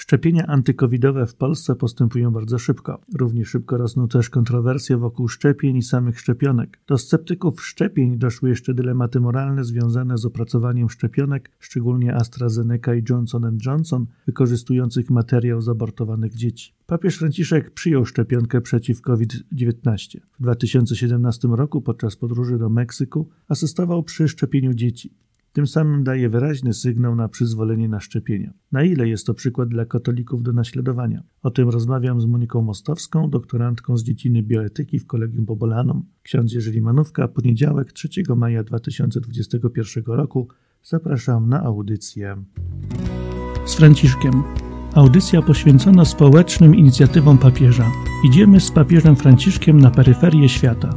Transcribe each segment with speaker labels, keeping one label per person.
Speaker 1: Szczepienia antykowidowe w Polsce postępują bardzo szybko. Równie szybko rosną też kontrowersje wokół szczepień i samych szczepionek. Do sceptyków szczepień doszły jeszcze dylematy moralne związane z opracowaniem szczepionek, szczególnie AstraZeneca i Johnson & Johnson, wykorzystujących materiał z abortowanych dzieci. Papież Franciszek przyjął szczepionkę przeciw COVID-19. W 2017 roku podczas podróży do Meksyku asystował przy szczepieniu dzieci. Tym samym daje wyraźny sygnał na przyzwolenie na szczepienia. Na ile jest to przykład dla katolików do naśladowania? O tym rozmawiam z Moniką Mostowską, doktorantką z dziedziny bioetyki w Collegium Bobolanum. Ksiądz Jerzy Manówka, poniedziałek 3 maja 2021 roku. Zapraszam na audycję z Franciszkiem. Audycja poświęcona społecznym inicjatywom papieża. Idziemy z papieżem Franciszkiem na peryferię świata.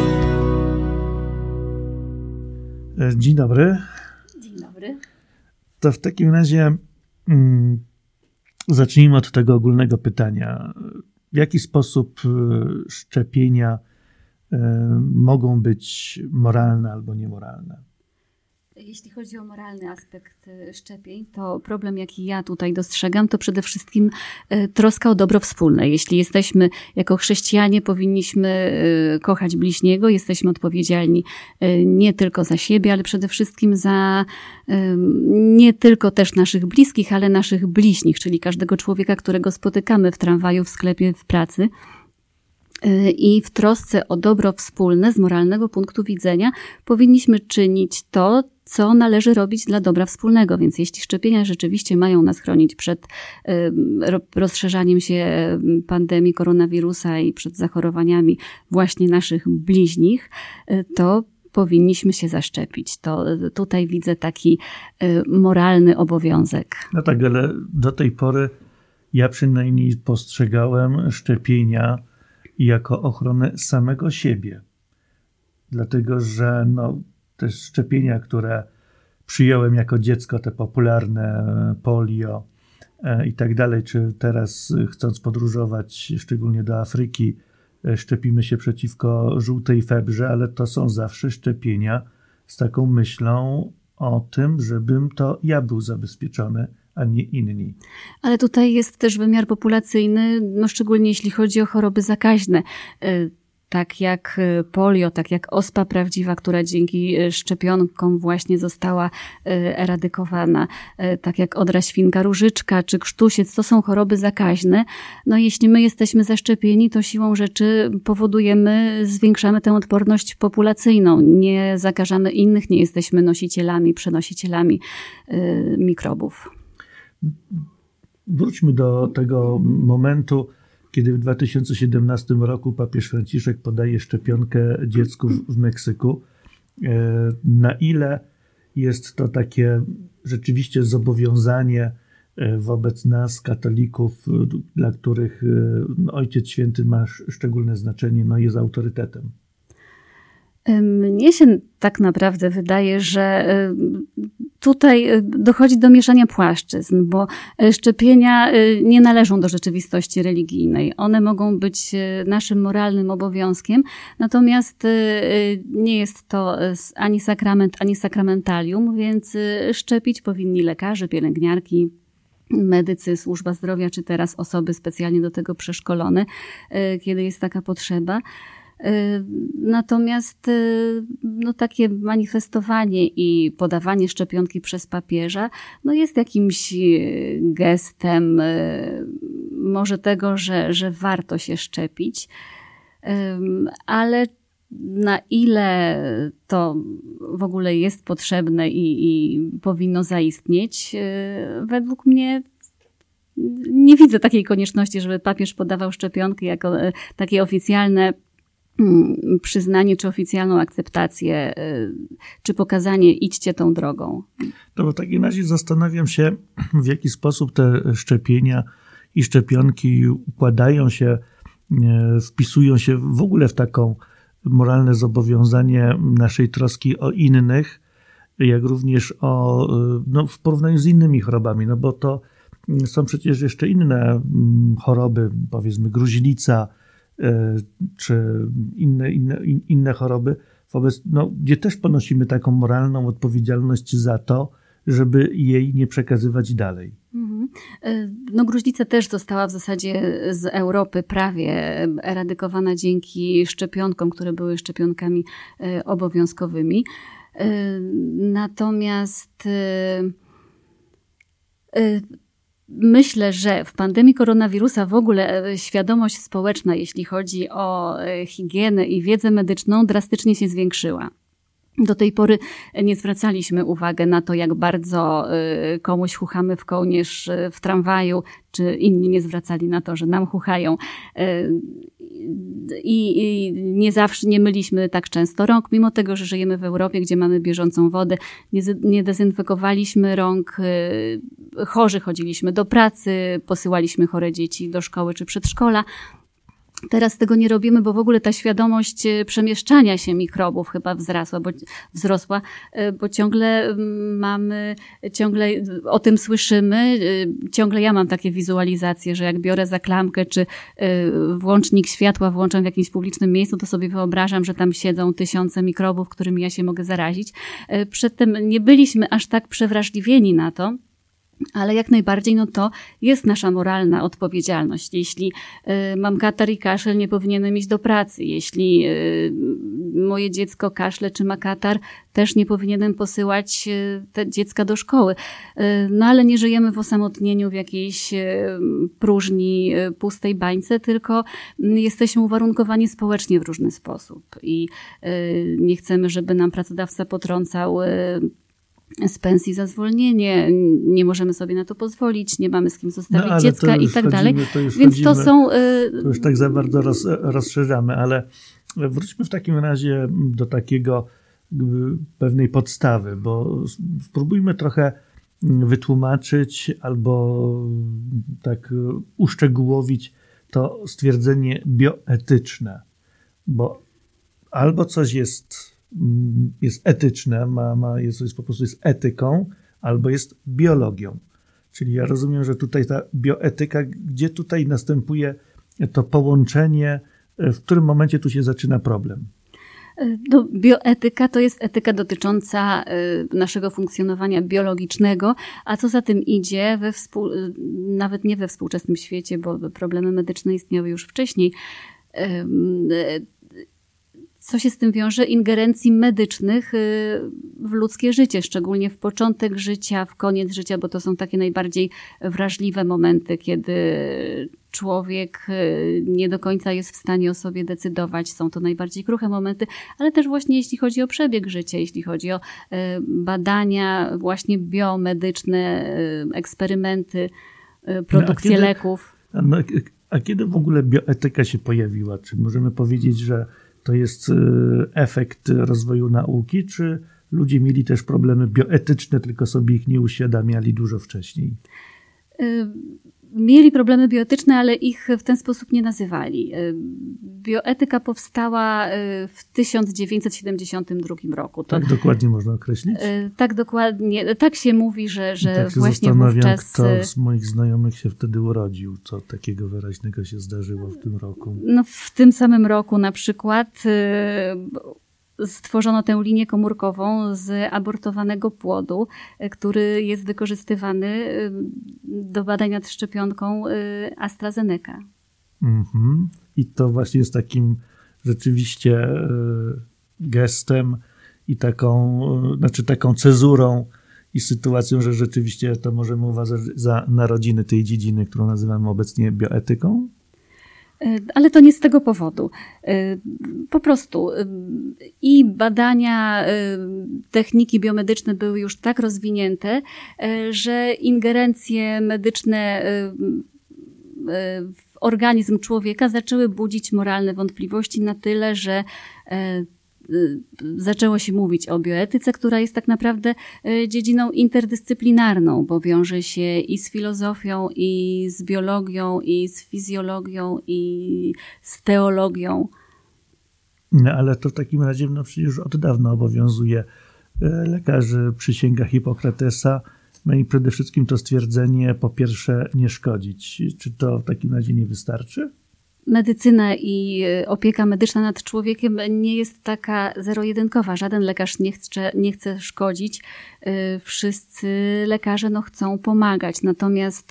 Speaker 1: Dzień dobry.
Speaker 2: Dzień dobry.
Speaker 1: To w takim razie zacznijmy od tego ogólnego pytania. W jaki sposób szczepienia mogą być moralne albo niemoralne?
Speaker 2: Jeśli chodzi o moralny aspekt szczepień, to problem, jaki ja tutaj dostrzegam, to przede wszystkim troska o dobro wspólne. Jeśli jesteśmy jako chrześcijanie, powinniśmy kochać bliźniego, jesteśmy odpowiedzialni nie tylko za siebie, ale przede wszystkim za nie tylko też naszych bliskich, ale naszych bliźnich, czyli każdego człowieka, którego spotykamy w tramwaju, w sklepie, w pracy. I w trosce o dobro wspólne z moralnego punktu widzenia powinniśmy czynić to, co należy robić dla dobra wspólnego. Więc jeśli szczepienia rzeczywiście mają nas chronić przed rozszerzaniem się pandemii koronawirusa i przed zachorowaniami właśnie naszych bliźnich, to powinniśmy się zaszczepić. To tutaj widzę taki moralny obowiązek.
Speaker 1: No tak, ale do tej pory ja przynajmniej postrzegałem szczepienia jako ochronę samego siebie. Dlatego, że te szczepienia, które przyjąłem jako dziecko, te popularne polio i tak dalej, czy teraz chcąc podróżować, szczególnie do Afryki, szczepimy się przeciwko żółtej febrze, ale to są zawsze szczepienia z taką myślą o tym, żebym to ja był zabezpieczony, a nie inni.
Speaker 2: Ale tutaj jest też wymiar populacyjny, szczególnie jeśli chodzi o choroby zakaźne. Tak jak polio, tak jak ospa prawdziwa, która dzięki szczepionkom właśnie została eradykowana, tak jak odra świnka różyczka czy krztusiec, to są choroby zakaźne. Jeśli my jesteśmy zaszczepieni, to siłą rzeczy zwiększamy tę odporność populacyjną. Nie zakażamy innych, nie jesteśmy przenosicielami mikrobów.
Speaker 1: Wróćmy do tego momentu, kiedy w 2017 roku papież Franciszek podaje szczepionkę dziecku w Meksyku. Na ile jest to takie rzeczywiście zobowiązanie wobec nas, katolików, dla których Ojciec Święty ma szczególne znaczenie, jest autorytetem?
Speaker 2: Mnie się tak naprawdę wydaje, że tutaj dochodzi do mieszania płaszczyzn, bo szczepienia nie należą do rzeczywistości religijnej. One mogą być naszym moralnym obowiązkiem, natomiast nie jest to ani sakrament, ani sakramentalium, więc szczepić powinni lekarze, pielęgniarki, medycy, służba zdrowia, czy teraz osoby specjalnie do tego przeszkolone, kiedy jest taka potrzeba. Natomiast takie manifestowanie i podawanie szczepionki przez papieża jest jakimś gestem może tego, że warto się szczepić, ale na ile to w ogóle jest potrzebne i powinno zaistnieć, według mnie nie widzę takiej konieczności, żeby papież podawał szczepionki jako takie oficjalne przyznanie, czy oficjalną akceptację, czy pokazanie, idźcie tą drogą.
Speaker 1: To w takim razie zastanawiam się, w jaki sposób te szczepienia i szczepionki układają się, wpisują się w ogóle w taką moralne zobowiązanie naszej troski o innych, jak również w porównaniu z innymi chorobami, bo to są przecież jeszcze inne choroby, powiedzmy gruźlica, czy inne choroby, gdzie też ponosimy taką moralną odpowiedzialność za to, żeby jej nie przekazywać dalej.
Speaker 2: No, gruźlica też została w zasadzie z Europy prawie eradykowana dzięki szczepionkom, które były szczepionkami obowiązkowymi. Natomiast myślę, że w pandemii koronawirusa w ogóle świadomość społeczna, jeśli chodzi o higienę i wiedzę medyczną, drastycznie się zwiększyła. Do tej pory nie zwracaliśmy uwagi na to, jak bardzo komuś chuchamy w kołnierz w tramwaju, czy inni nie zwracali na to, że nam chuchają. I nie zawsze nie myliśmy tak często rąk, mimo tego, że żyjemy w Europie, gdzie mamy bieżącą wodę. Nie dezynfekowaliśmy rąk, chorzy chodziliśmy do pracy, posyłaliśmy chore dzieci do szkoły czy przedszkola. Teraz tego nie robimy, bo w ogóle ta świadomość przemieszczania się mikrobów chyba wzrosła, bo ciągle o tym słyszymy, ciągle ja mam takie wizualizacje, że jak biorę za klamkę czy włącznik światła włączam w jakimś publicznym miejscu, to sobie wyobrażam, że tam siedzą tysiące mikrobów, którymi ja się mogę zarazić. Przedtem nie byliśmy aż tak przewrażliwieni na to. Ale jak najbardziej, no to jest nasza moralna odpowiedzialność. Jeśli mam katar i kaszel, nie powinienem iść do pracy. Jeśli moje dziecko kaszle czy ma katar, też nie powinienem posyłać te dziecka do szkoły. No ale nie żyjemy w osamotnieniu, w jakiejś próżni, pustej bańce, tylko jesteśmy uwarunkowani społecznie w różny sposób. I nie chcemy, żeby nam pracodawca potrącał z pensji za zwolnienie, nie możemy sobie na to pozwolić, nie mamy z kim zostawić dziecka i tak dalej. Więc to są...
Speaker 1: To już tak za bardzo rozszerzamy, ale wróćmy w takim razie do takiego pewnej podstawy, bo spróbujmy trochę wytłumaczyć albo tak uszczegółowić to stwierdzenie bioetyczne, bo albo coś jest etyczne, po prostu jest etyką, albo jest biologią. Czyli ja rozumiem, że tutaj ta bioetyka, gdzie tutaj następuje to połączenie, w którym momencie tu się zaczyna problem?
Speaker 2: No, bioetyka to jest etyka dotycząca naszego funkcjonowania biologicznego, a co za tym idzie, nawet nie we współczesnym świecie, bo problemy medyczne istniały już wcześniej, co się z tym wiąże? Ingerencji medycznych w ludzkie życie, szczególnie w początek życia, w koniec życia, bo to są takie najbardziej wrażliwe momenty, kiedy człowiek nie do końca jest w stanie o sobie decydować. Są to najbardziej kruche momenty, ale też właśnie jeśli chodzi o przebieg życia, jeśli chodzi o badania właśnie biomedyczne, eksperymenty, produkcję leków.
Speaker 1: A kiedy w ogóle bioetyka się pojawiła? Czy możemy powiedzieć, że to jest efekt rozwoju nauki, czy ludzie mieli też problemy bioetyczne, tylko sobie ich nie uświadamiali dużo wcześniej?
Speaker 2: Mieli problemy bioetyczne, ale ich w ten sposób nie nazywali. Bioetyka powstała w 1972 roku.
Speaker 1: Tak dokładnie można określić?
Speaker 2: Tak dokładnie. Tak się mówi, że
Speaker 1: tak się
Speaker 2: właśnie wówczas...
Speaker 1: Kto z moich znajomych się wtedy urodził, co takiego wyraźnego się zdarzyło w tym roku.
Speaker 2: No, w tym samym roku na przykład stworzono tę linię komórkową z abortowanego płodu, który jest wykorzystywany do badań nad szczepionką AstraZeneca.
Speaker 1: I to właśnie jest takim rzeczywiście gestem i taką cezurą i sytuacją, że rzeczywiście to możemy uważać za narodziny tej dziedziny, którą nazywamy obecnie bioetyką?
Speaker 2: Ale to nie z tego powodu. Po prostu i badania, techniki biomedyczne były już tak rozwinięte, że ingerencje medyczne w organizm człowieka zaczęły budzić moralne wątpliwości na tyle, że zaczęło się mówić o bioetyce, która jest tak naprawdę dziedziną interdyscyplinarną, bo wiąże się i z filozofią, i z biologią, i z fizjologią, i z teologią.
Speaker 1: No, ale to w takim razie przecież od dawna obowiązuje lekarzy przysięga Hipokratesa, no i przede wszystkim to stwierdzenie, po pierwsze, nie szkodzić. Czy to w takim razie nie wystarczy?
Speaker 2: medycyna i opieka medyczna nad człowiekiem nie jest taka zero-jedynkowa. Żaden lekarz nie chce szkodzić. Wszyscy lekarze chcą pomagać. Natomiast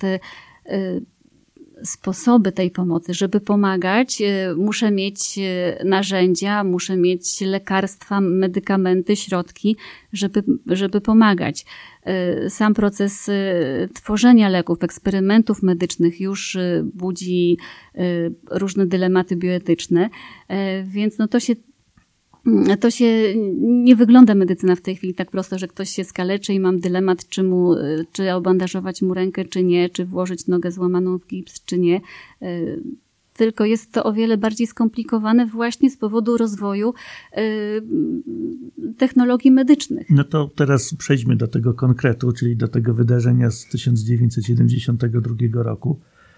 Speaker 2: sposoby tej pomocy, żeby pomagać, muszę mieć narzędzia, muszę mieć lekarstwa, medykamenty, środki, żeby pomagać. Sam proces tworzenia leków, eksperymentów medycznych już budzi różne dylematy bioetyczne, więc to się nie wygląda medycyna w tej chwili tak prosto, że ktoś się skaleczy i mam dylemat, czy obandażować mu rękę, czy nie, czy włożyć nogę złamaną w gips, czy nie. Tylko jest to o wiele bardziej skomplikowane właśnie z powodu rozwoju technologii medycznych.
Speaker 1: No to teraz przejdźmy do tego konkretu, czyli do tego wydarzenia z 1972 roku.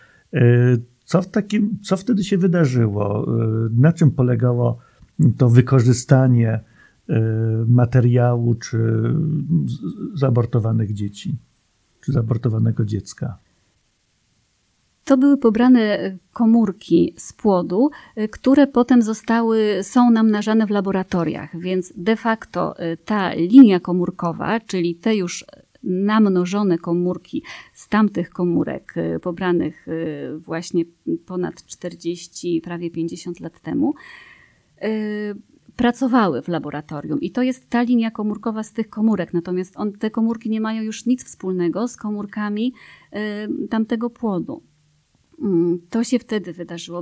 Speaker 1: Co wtedy się wydarzyło? Na czym polegało to wykorzystanie materiału czy zaabortowanych dzieci, czy zaabortowanego dziecka?
Speaker 2: To były pobrane komórki z płodu, które potem są namnażane w laboratoriach, więc de facto ta linia komórkowa, czyli te już namnożone komórki z tamtych komórek pobranych właśnie ponad 40, prawie 50 lat temu, pracowały w laboratorium i to jest ta linia komórkowa z tych komórek, natomiast te komórki nie mają już nic wspólnego z komórkami tamtego płodu. To się wtedy wydarzyło.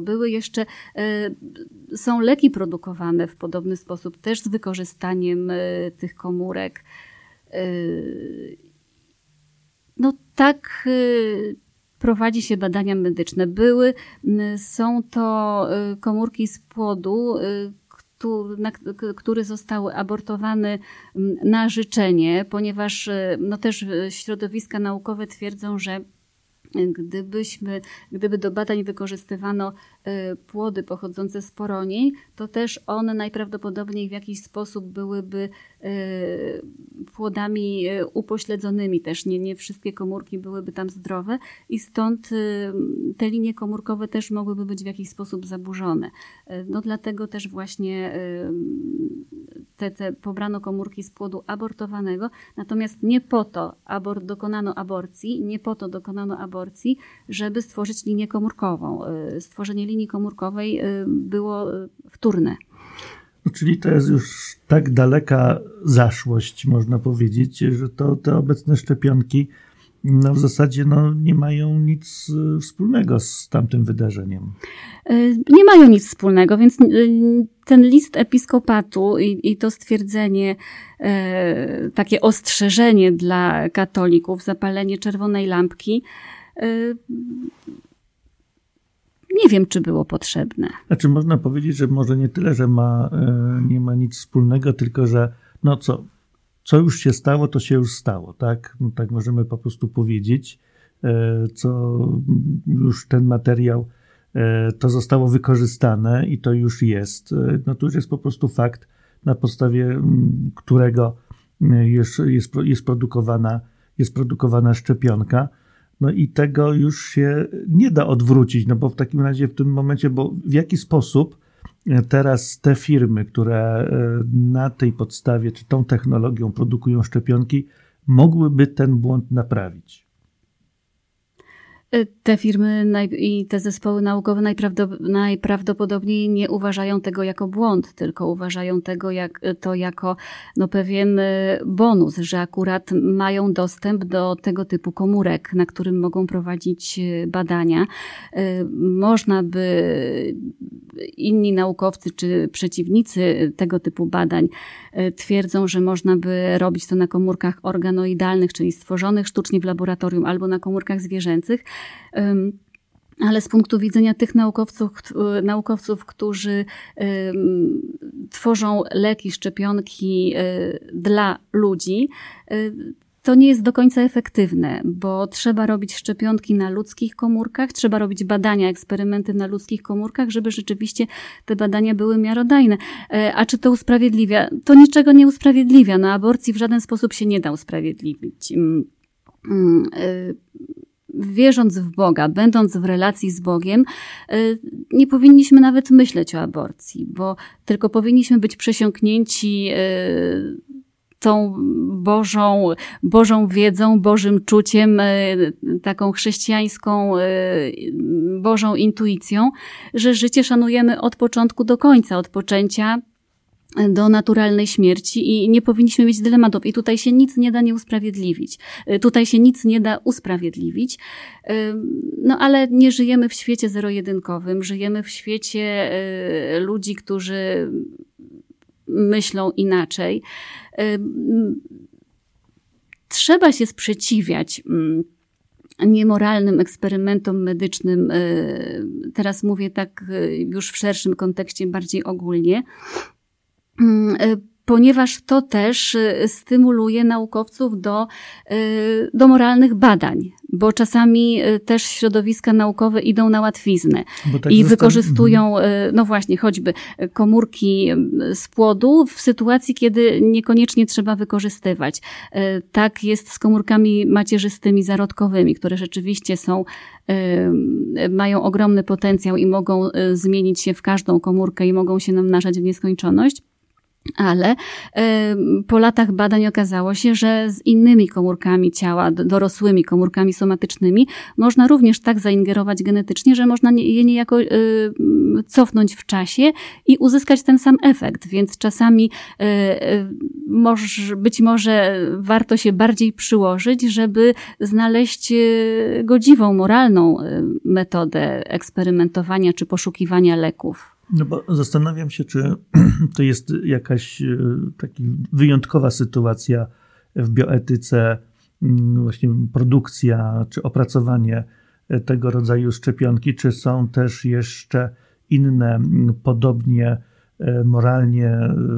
Speaker 2: Są leki produkowane w podobny sposób, też z wykorzystaniem tych komórek. Tak prowadzi się badania medyczne. Są to komórki z płodu, które zostały abortowane na życzenie, ponieważ też środowiska naukowe twierdzą, że gdyby do badań wykorzystywano płody pochodzące z poronień, to też one najprawdopodobniej w jakiś sposób byłyby płodami upośledzonymi też. Nie wszystkie komórki byłyby tam zdrowe i stąd te linie komórkowe też mogłyby być w jakiś sposób zaburzone. Dlatego też właśnie te pobrano komórki z płodu abortowanego, natomiast nie po to dokonano aborcji, żeby stworzyć linię komórkową. Stworzenie linii komórkowej było wtórne.
Speaker 1: Czyli to jest już tak daleka zaszłość, można powiedzieć, że te obecne szczepionki w zasadzie nie mają nic wspólnego z tamtym wydarzeniem.
Speaker 2: Nie mają nic wspólnego, więc ten list episkopatu i to stwierdzenie, takie ostrzeżenie dla katolików, zapalenie czerwonej lampki, nie wiem, czy było potrzebne.
Speaker 1: Znaczy można powiedzieć, że może nie tyle, że nie ma nic wspólnego, tylko że co już się stało, to się już stało, tak? Tak możemy po prostu powiedzieć, co już ten materiał, to zostało wykorzystane i to już jest. To już jest po prostu fakt, na podstawie którego jest produkowana szczepionka. I tego już się nie da odwrócić, bo w takim razie w tym momencie, bo w jaki sposób teraz te firmy, które na tej podstawie, czy tą technologią produkują szczepionki, mogłyby ten błąd naprawić?
Speaker 2: Te firmy i te zespoły naukowe najprawdopodobniej nie uważają tego jako błąd, tylko uważają to jako pewien bonus, że akurat mają dostęp do tego typu komórek, na którym mogą prowadzić badania. Można by inni naukowcy czy przeciwnicy tego typu badań twierdzą, że można by robić to na komórkach organoidalnych, czyli stworzonych sztucznie w laboratorium albo na komórkach zwierzęcych. Ale z punktu widzenia tych naukowców, którzy tworzą leki, szczepionki dla ludzi, to nie jest do końca efektywne, bo trzeba robić szczepionki na ludzkich komórkach, trzeba robić badania, eksperymenty na ludzkich komórkach, żeby rzeczywiście te badania były miarodajne. A czy to usprawiedliwia? To niczego nie usprawiedliwia. Aborcji w żaden sposób się nie da usprawiedliwić. wierząc w Boga, będąc w relacji z Bogiem, nie powinniśmy nawet myśleć o aborcji, bo tylko powinniśmy być przesiąknięci tą Bożą wiedzą, Bożym czuciem, taką chrześcijańską, Bożą intuicją, że życie szanujemy od początku do końca, od poczęcia do naturalnej śmierci i nie powinniśmy mieć dylematów. I tutaj się nic nie da nie usprawiedliwić. No ale nie żyjemy w świecie zero-jedynkowym, żyjemy w świecie ludzi, którzy myślą inaczej. Trzeba się sprzeciwiać niemoralnym eksperymentom medycznym. Teraz mówię tak już w szerszym kontekście, bardziej ogólnie, ponieważ to też stymuluje naukowców do moralnych badań, bo czasami też środowiska naukowe idą na łatwiznę i wykorzystują, no właśnie, choćby komórki z płodu w sytuacji, kiedy niekoniecznie trzeba wykorzystywać. Tak jest z komórkami macierzystymi zarodkowymi, które rzeczywiście mają ogromny potencjał i mogą zmienić się w każdą komórkę i mogą się namnażać w nieskończoność. Ale po latach badań okazało się, że z innymi komórkami ciała, dorosłymi komórkami somatycznymi, można również tak zaingerować genetycznie, że można je niejako cofnąć w czasie i uzyskać ten sam efekt. Więc czasami być może warto się bardziej przyłożyć, żeby znaleźć godziwą, moralną metodę eksperymentowania czy poszukiwania leków.
Speaker 1: No bo zastanawiam się, czy to jest jakaś taka wyjątkowa sytuacja w bioetyce, właśnie produkcja czy opracowanie tego rodzaju szczepionki, czy są też jeszcze inne, podobnie moralnie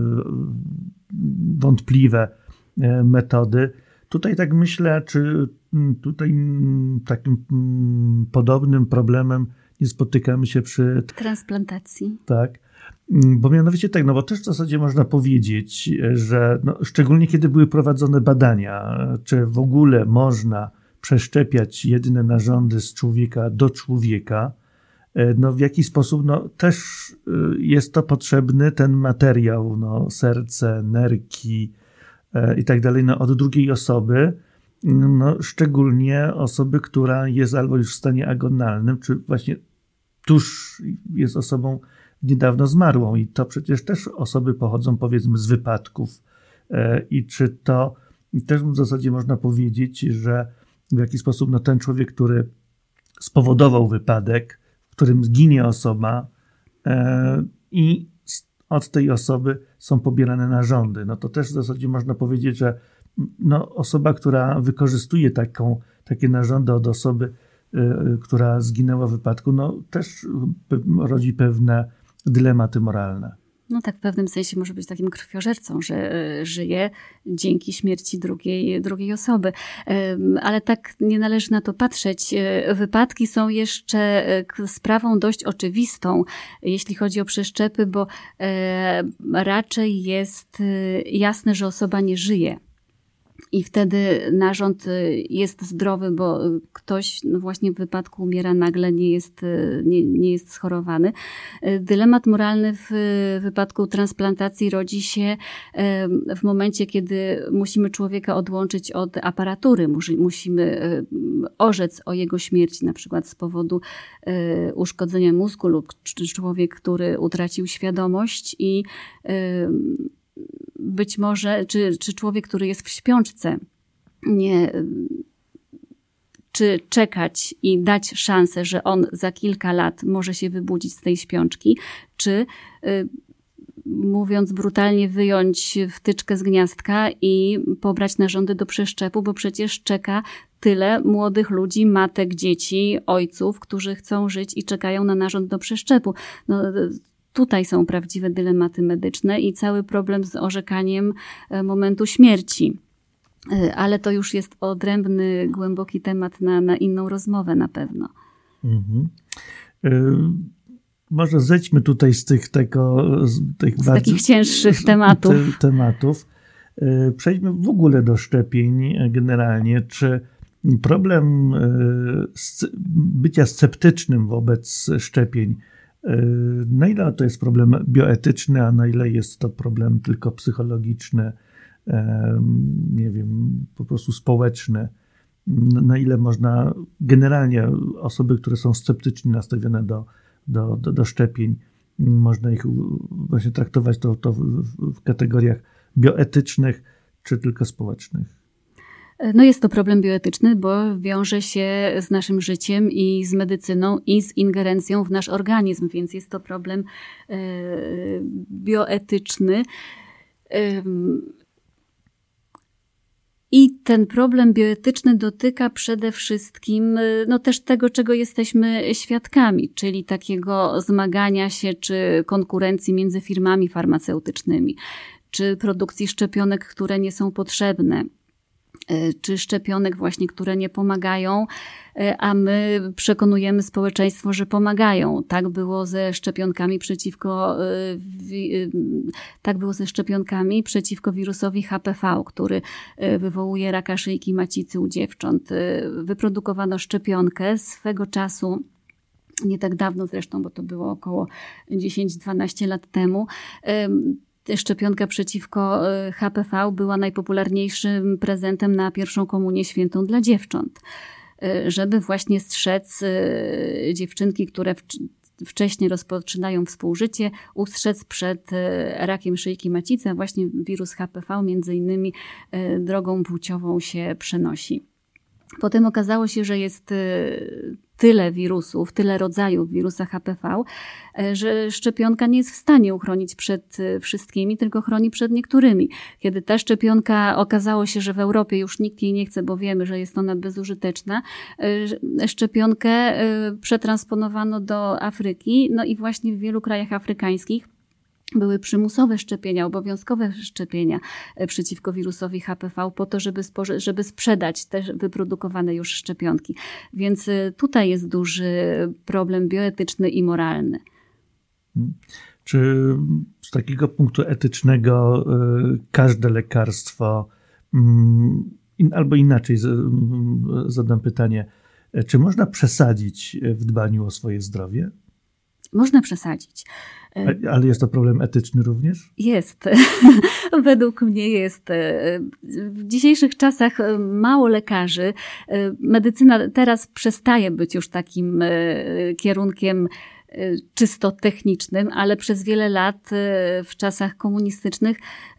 Speaker 1: wątpliwe metody. Tutaj tak myślę, czy tutaj takim podobnym problemem nie spotykamy się przy
Speaker 2: transplantacji.
Speaker 1: Tak, bo mianowicie tak, no bo też w zasadzie można powiedzieć, że szczególnie kiedy były prowadzone badania, czy w ogóle można przeszczepiać jedne narządy z człowieka do człowieka, no w jaki sposób, też jest to potrzebny ten materiał, serce, nerki i tak dalej, od drugiej osoby, szczególnie osoby, która jest albo już w stanie agonalnym, czy właśnie tuż jest osobą niedawno zmarłą i to przecież też osoby pochodzą, powiedzmy, z wypadków i czy to też w zasadzie można powiedzieć, że w jakiś sposób ten człowiek, który spowodował wypadek, w którym zginie osoba i od tej osoby są pobierane narządy, to też w zasadzie można powiedzieć, że osoba, która wykorzystuje takie narządy od osoby, która zginęła w wypadku, też rodzi pewne dylematy moralne.
Speaker 2: No tak, w pewnym sensie może być takim krwiożercą, że żyje dzięki śmierci drugiej osoby. Ale tak nie należy na to patrzeć. Wypadki są jeszcze sprawą dość oczywistą, jeśli chodzi o przeszczepy, bo raczej jest jasne, że osoba nie żyje. I wtedy narząd jest zdrowy, bo ktoś właśnie w wypadku umiera nagle, nie jest schorowany. Dylemat moralny w wypadku transplantacji rodzi się w momencie, kiedy musimy człowieka odłączyć od aparatury. Musimy orzec o jego śmierci, na przykład z powodu uszkodzenia mózgu lub człowiek, który utracił świadomość i być może, czy człowiek, który jest w śpiączce, czy czekać i dać szansę, że on za kilka lat może się wybudzić z tej śpiączki, czy mówiąc brutalnie, wyjąć wtyczkę z gniazdka i pobrać narządy do przeszczepu, bo przecież czeka tyle młodych ludzi, matek, dzieci, ojców, którzy chcą żyć i czekają na narząd do przeszczepu. Tutaj są prawdziwe dylematy medyczne i cały problem z orzekaniem momentu śmierci. Ale to już jest odrębny, głęboki temat na inną rozmowę na pewno.
Speaker 1: Może zejdźmy tutaj z tych
Speaker 2: takich cięższych tematów.
Speaker 1: Przejdźmy w ogóle do szczepień generalnie. Czy problem bycia sceptycznym wobec szczepień, na ile to jest problem bioetyczny, a na ile jest to problem tylko psychologiczny, nie wiem, po prostu społeczny, na ile można generalnie osoby, które są sceptycznie nastawione do szczepień, można ich właśnie traktować to w kategoriach bioetycznych czy tylko społecznych?
Speaker 2: No jest to problem bioetyczny, bo wiąże się z naszym życiem i z medycyną i z ingerencją w nasz organizm, więc jest to problem bioetyczny. I ten problem bioetyczny dotyka przede wszystkim też tego, czego jesteśmy świadkami, czyli takiego zmagania się czy konkurencji między firmami farmaceutycznymi, czy produkcji szczepionek, które nie są potrzebne, czy szczepionek właśnie, które nie pomagają, a my przekonujemy społeczeństwo, że pomagają. Tak było ze szczepionkami przeciwko wirusowi HPV, który wywołuje raka szyjki macicy u dziewcząt. Wyprodukowano szczepionkę swego czasu, nie tak dawno zresztą, bo to było około 10-12 lat temu. Szczepionka przeciwko HPV była najpopularniejszym prezentem na pierwszą komunię świętą dla dziewcząt, żeby właśnie strzec dziewczynki, które wcześniej rozpoczynają współżycie, ustrzec przed rakiem szyjki macicy, a właśnie wirus HPV między innymi drogą płciową się przenosi. Potem okazało się, że jest tyle wirusów, tyle rodzajów wirusa HPV, że szczepionka nie jest w stanie uchronić przed wszystkimi, tylko chroni przed niektórymi. Kiedy ta szczepionka okazało się, że w Europie już nikt jej nie chce, bo wiemy, że jest ona bezużyteczna, szczepionkę przetransponowano do Afryki, no i właśnie w wielu krajach afrykańskich były przymusowe szczepienia, obowiązkowe szczepienia przeciwko wirusowi HPV po to, żeby sprzedać te wyprodukowane już szczepionki. Więc tutaj jest duży problem bioetyczny i moralny.
Speaker 1: Czy z takiego punktu etycznego każde lekarstwo, albo inaczej zadam pytanie, czy można przesadzić w dbaniu o swoje zdrowie?
Speaker 2: Można przesadzić.
Speaker 1: Ale jest to problem etyczny również?
Speaker 2: Jest. Według mnie jest. W dzisiejszych czasach mało lekarzy. Medycyna teraz przestaje być już takim kierunkiem czysto technicznym, ale przez wiele lat w czasach komunistycznych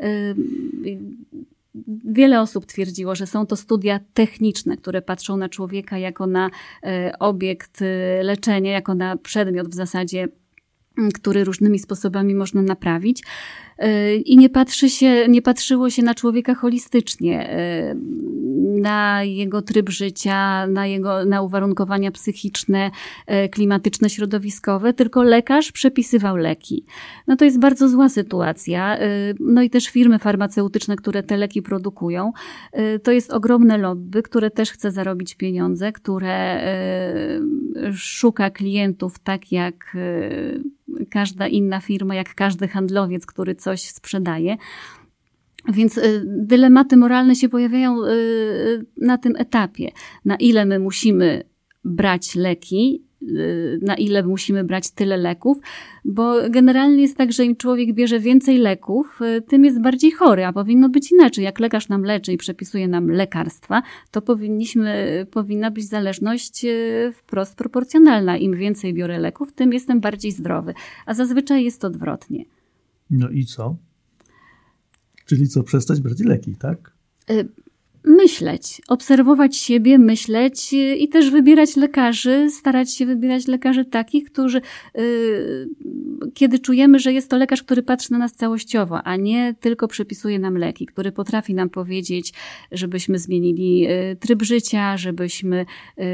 Speaker 2: wiele osób twierdziło, że są to studia techniczne, które patrzą na człowieka jako na obiekt leczenia, jako na przedmiot w zasadzie, który różnymi sposobami można naprawić. I nie patrzyło się na człowieka holistycznie, na jego tryb życia, na uwarunkowania psychiczne, klimatyczne, środowiskowe, tylko lekarz przepisywał leki. No to jest bardzo zła sytuacja. No i też firmy farmaceutyczne, które te leki produkują, to jest ogromne lobby, które też chce zarobić pieniądze, które szuka klientów tak jak każda inna firma, jak każdy handlowiec, który coś sprzedaje. Więc dylematy moralne się pojawiają na tym etapie. Na ile my musimy brać leki, na ile musimy brać tyle leków, bo generalnie jest tak, że im człowiek bierze więcej leków, tym jest bardziej chory, a powinno być inaczej. Jak lekarz nam leczy i przepisuje nam lekarstwa, to powinna być zależność wprost proporcjonalna. Im więcej biorę leków, tym jestem bardziej zdrowy, a zazwyczaj jest odwrotnie.
Speaker 1: No i co? Czyli co, przestać brać leki, tak?
Speaker 2: Myśleć, obserwować siebie, myśleć i też wybierać lekarzy, starać się wybierać lekarzy takich, którzy, kiedy czujemy, że jest to lekarz, który patrzy na nas całościowo, a nie tylko przepisuje nam leki, który potrafi nam powiedzieć, żebyśmy zmienili tryb życia, żebyśmy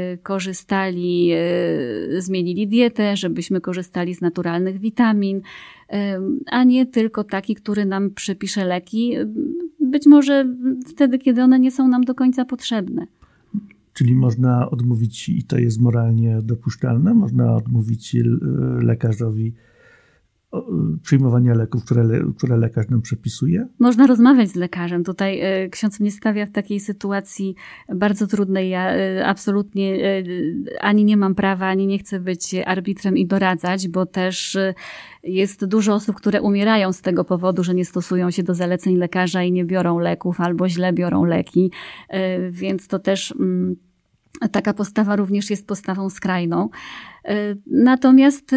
Speaker 2: zmienili dietę, żebyśmy korzystali z naturalnych witamin, a nie tylko taki, który nam przepisze leki, być może wtedy, kiedy one nie są nam do końca potrzebne.
Speaker 1: Czyli można odmówić, i to jest moralnie dopuszczalne, można odmówić lekarzowi przyjmowania leków, które lekarz nam przepisuje?
Speaker 2: Można rozmawiać z lekarzem. Tutaj ksiądz mnie stawia w takiej sytuacji bardzo trudnej. Ja absolutnie ani nie mam prawa, ani nie chcę być arbitrem i doradzać, bo też jest dużo osób, które umierają z tego powodu, że nie stosują się do zaleceń lekarza i nie biorą leków albo źle biorą leki. Więc to też taka postawa również jest postawą skrajną. Natomiast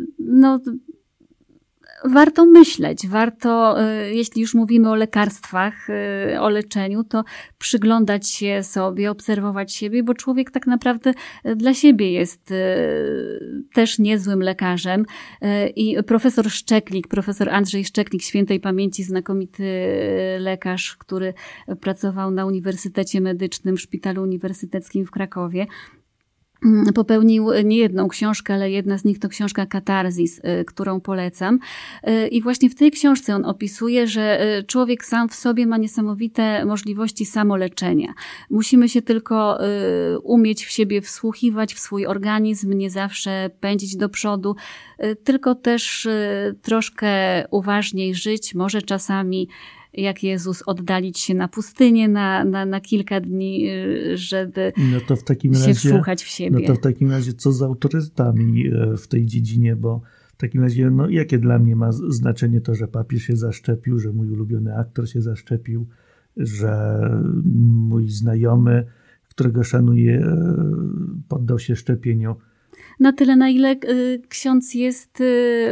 Speaker 2: warto myśleć, jeśli już mówimy o lekarstwach, o leczeniu, to przyglądać się sobie, obserwować siebie, bo człowiek tak naprawdę dla siebie jest też niezłym lekarzem. I profesor Andrzej Szczeklik, świętej pamięci, znakomity lekarz, który pracował na Uniwersytecie Medycznym w Szpitalu Uniwersyteckim w Krakowie, popełnił nie jedną książkę, ale jedna z nich to książka Katarzis, którą polecam. I właśnie w tej książce on opisuje, że człowiek sam w sobie ma niesamowite możliwości samoleczenia. Musimy się tylko umieć w siebie wsłuchiwać, w swój organizm, nie zawsze pędzić do przodu, tylko też troszkę uważniej żyć, może czasami jak Jezus oddalić się na pustynię na kilka dni, żeby się wsłuchać w siebie.
Speaker 1: No to w takim razie co z autorytetami w tej dziedzinie, bo w takim razie jakie dla mnie ma znaczenie to, że papież się zaszczepił, że mój ulubiony aktor się zaszczepił, że mój znajomy, którego szanuję, poddał się szczepieniu.
Speaker 2: Na tyle, na ile ksiądz jest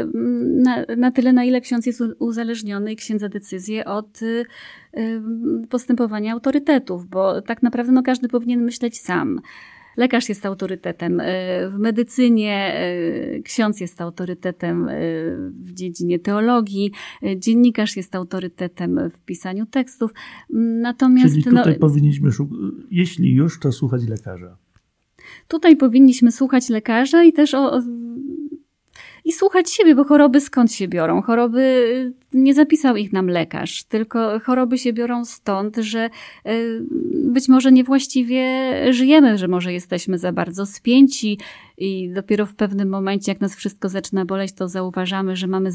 Speaker 2: uzależniony i księdza decyzje od postępowania autorytetów, bo tak naprawdę każdy powinien myśleć sam. Lekarz jest autorytetem w medycynie, ksiądz jest autorytetem w dziedzinie teologii, dziennikarz jest autorytetem w pisaniu tekstów. Natomiast
Speaker 1: czyli tutaj powinniśmy, jeśli już, to słuchać lekarza.
Speaker 2: Tutaj powinniśmy słuchać lekarza i też i słuchać siebie, bo choroby skąd się biorą? Choroby nie zapisał ich nam lekarz, tylko choroby się biorą stąd, że być może niewłaściwie żyjemy, że może jesteśmy za bardzo spięci i dopiero w pewnym momencie, jak nas wszystko zaczyna boleć, to zauważamy, że mieliśmy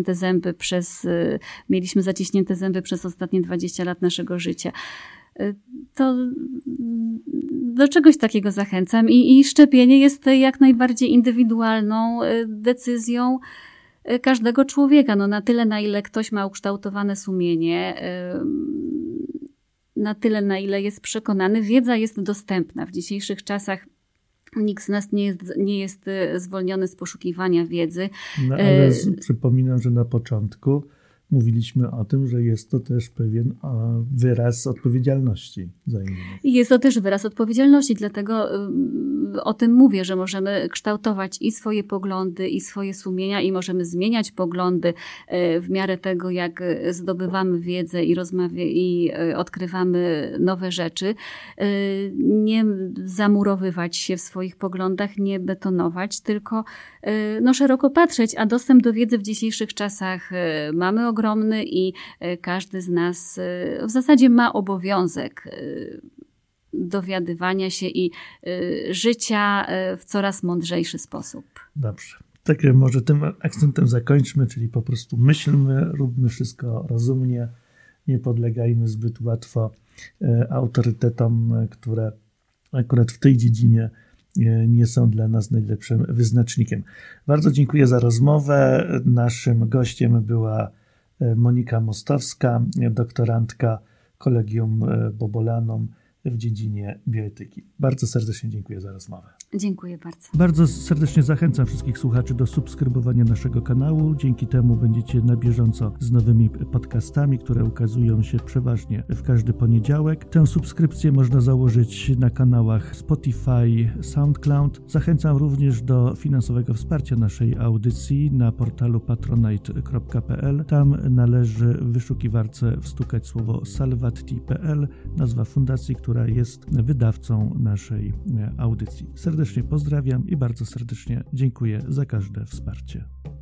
Speaker 2: zaciśnięte zęby przez ostatnie 20 lat naszego życia. To do czegoś takiego zachęcam i szczepienie jest jak najbardziej indywidualną decyzją każdego człowieka. Na tyle, na ile ktoś ma ukształtowane sumienie, na tyle, na ile jest przekonany, wiedza jest dostępna. W dzisiejszych czasach nikt z nas nie jest zwolniony z poszukiwania wiedzy.
Speaker 1: Ale przypominam, że na początku mówiliśmy o tym, że jest to też pewien wyraz odpowiedzialności za innych.
Speaker 2: Jest to też wyraz odpowiedzialności, dlatego o tym mówię, że możemy kształtować i swoje poglądy, i swoje sumienia i możemy zmieniać poglądy w miarę tego, jak zdobywamy wiedzę i odkrywamy nowe rzeczy. Nie zamurowywać się w swoich poglądach, nie betonować, tylko szeroko patrzeć, a dostęp do wiedzy w dzisiejszych czasach mamy ogromny i każdy z nas w zasadzie ma obowiązek dowiadywania się i życia w coraz mądrzejszy sposób.
Speaker 1: Dobrze. Tak, może tym akcentem zakończmy, czyli po prostu myślmy, róbmy wszystko rozumnie, nie podlegajmy zbyt łatwo autorytetom, które akurat w tej dziedzinie nie są dla nas najlepszym wyznacznikiem. Bardzo dziękuję za rozmowę. Naszym gościem była Monika Mostowska, doktorantka Collegium Bobolanum w dziedzinie bioetyki. Bardzo serdecznie dziękuję za rozmowę.
Speaker 2: Dziękuję bardzo.
Speaker 1: Bardzo serdecznie zachęcam wszystkich słuchaczy do subskrybowania naszego kanału. Dzięki temu będziecie na bieżąco z nowymi podcastami, które ukazują się przeważnie w każdy poniedziałek. Tę subskrypcję można założyć na kanałach Spotify, SoundCloud. Zachęcam również do finansowego wsparcia naszej audycji na portalu patronite.pl. Tam należy w wyszukiwarce wstukać słowo salvati.pl, nazwa fundacji, która jest wydawcą naszej audycji. Serdecznie pozdrawiam i bardzo serdecznie dziękuję za każde wsparcie.